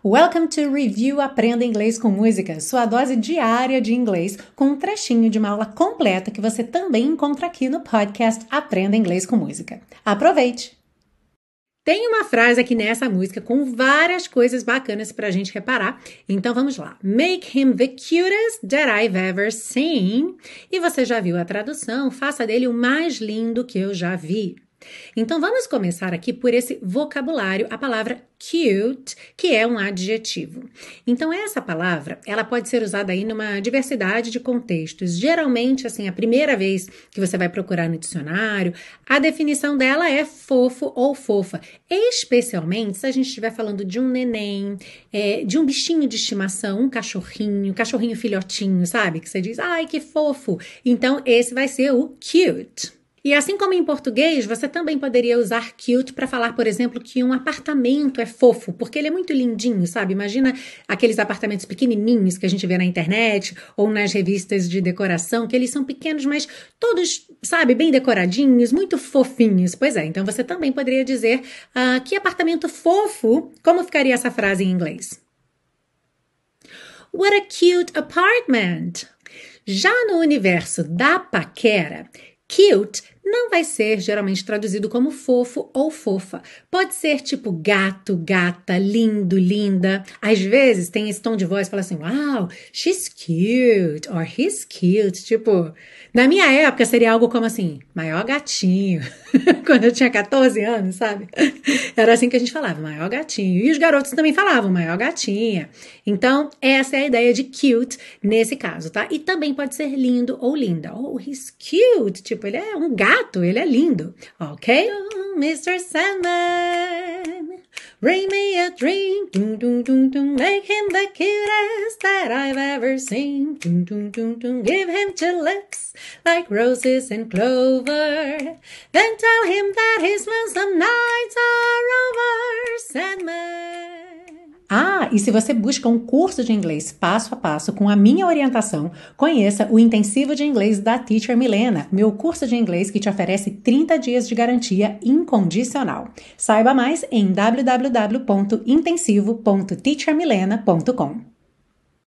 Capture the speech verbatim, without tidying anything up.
Welcome to Review Aprenda Inglês com Música, sua dose diária de inglês com um trechinho de uma aula completa que você também encontra aqui no podcast Aprenda Inglês com Música. Aproveite! Tem uma frase aqui nessa música com várias coisas bacanas pra gente reparar, então vamos lá. Make him the cutest that I've ever seen. E você já viu a tradução, faça dele o mais lindo que eu já vi. Então vamos começar aqui por esse vocabulário, a palavra cute, que é um adjetivo. Então essa palavra, ela pode ser usada aí numa diversidade de contextos. Geralmente, assim, a primeira vez que você vai procurar no dicionário, a definição dela é fofo ou fofa, especialmente se a gente estiver falando de um neném, é, de um bichinho de estimação, um cachorrinho, cachorrinho filhotinho, sabe? Que você diz, ai, que fofo. Então esse vai ser o cute. E assim como em português, você também poderia usar cute para falar, por exemplo, que um apartamento é fofo, porque ele é muito lindinho, sabe? Imagina aqueles apartamentos pequenininhos que a gente vê na internet ou nas revistas de decoração, que eles são pequenos, mas todos, sabe, bem decoradinhos, muito fofinhos. Pois é, então você também poderia dizer uh, que apartamento fofo, como ficaria essa frase em inglês? What a cute apartment! Já no universo da paquera, cute não vai ser geralmente traduzido como fofo ou fofa. Pode ser tipo gato, gata, lindo, linda. Às vezes tem esse tom de voz que fala assim, wow, she's cute, or he's cute. Tipo, na minha época seria algo como assim, maior gatinho. Quando eu tinha catorze anos, sabe? Era assim que a gente falava, maior gatinho. E os garotos também falavam, maior gatinha. Então, essa é a ideia de cute nesse caso, tá? E também pode ser lindo ou linda. Oh, he's cute. Tipo, ele é um gato, ele é lindo. Ok? Oh, mister Sandman, bring me a drink. Dum, dum, dum, dum. Make him the cutest that I've ever seen. Dum, dum, dum, dum. Give him two lips like roses and clover. Then tell him that his lonesome nights are over, Sandman. Ah, e se você busca um curso de inglês passo a passo com a minha orientação, conheça o Intensivo de Inglês da Teacher Milena, meu curso de inglês que te oferece trinta dias de garantia incondicional. Saiba mais em w w w ponto intensivo ponto teacher milena ponto com.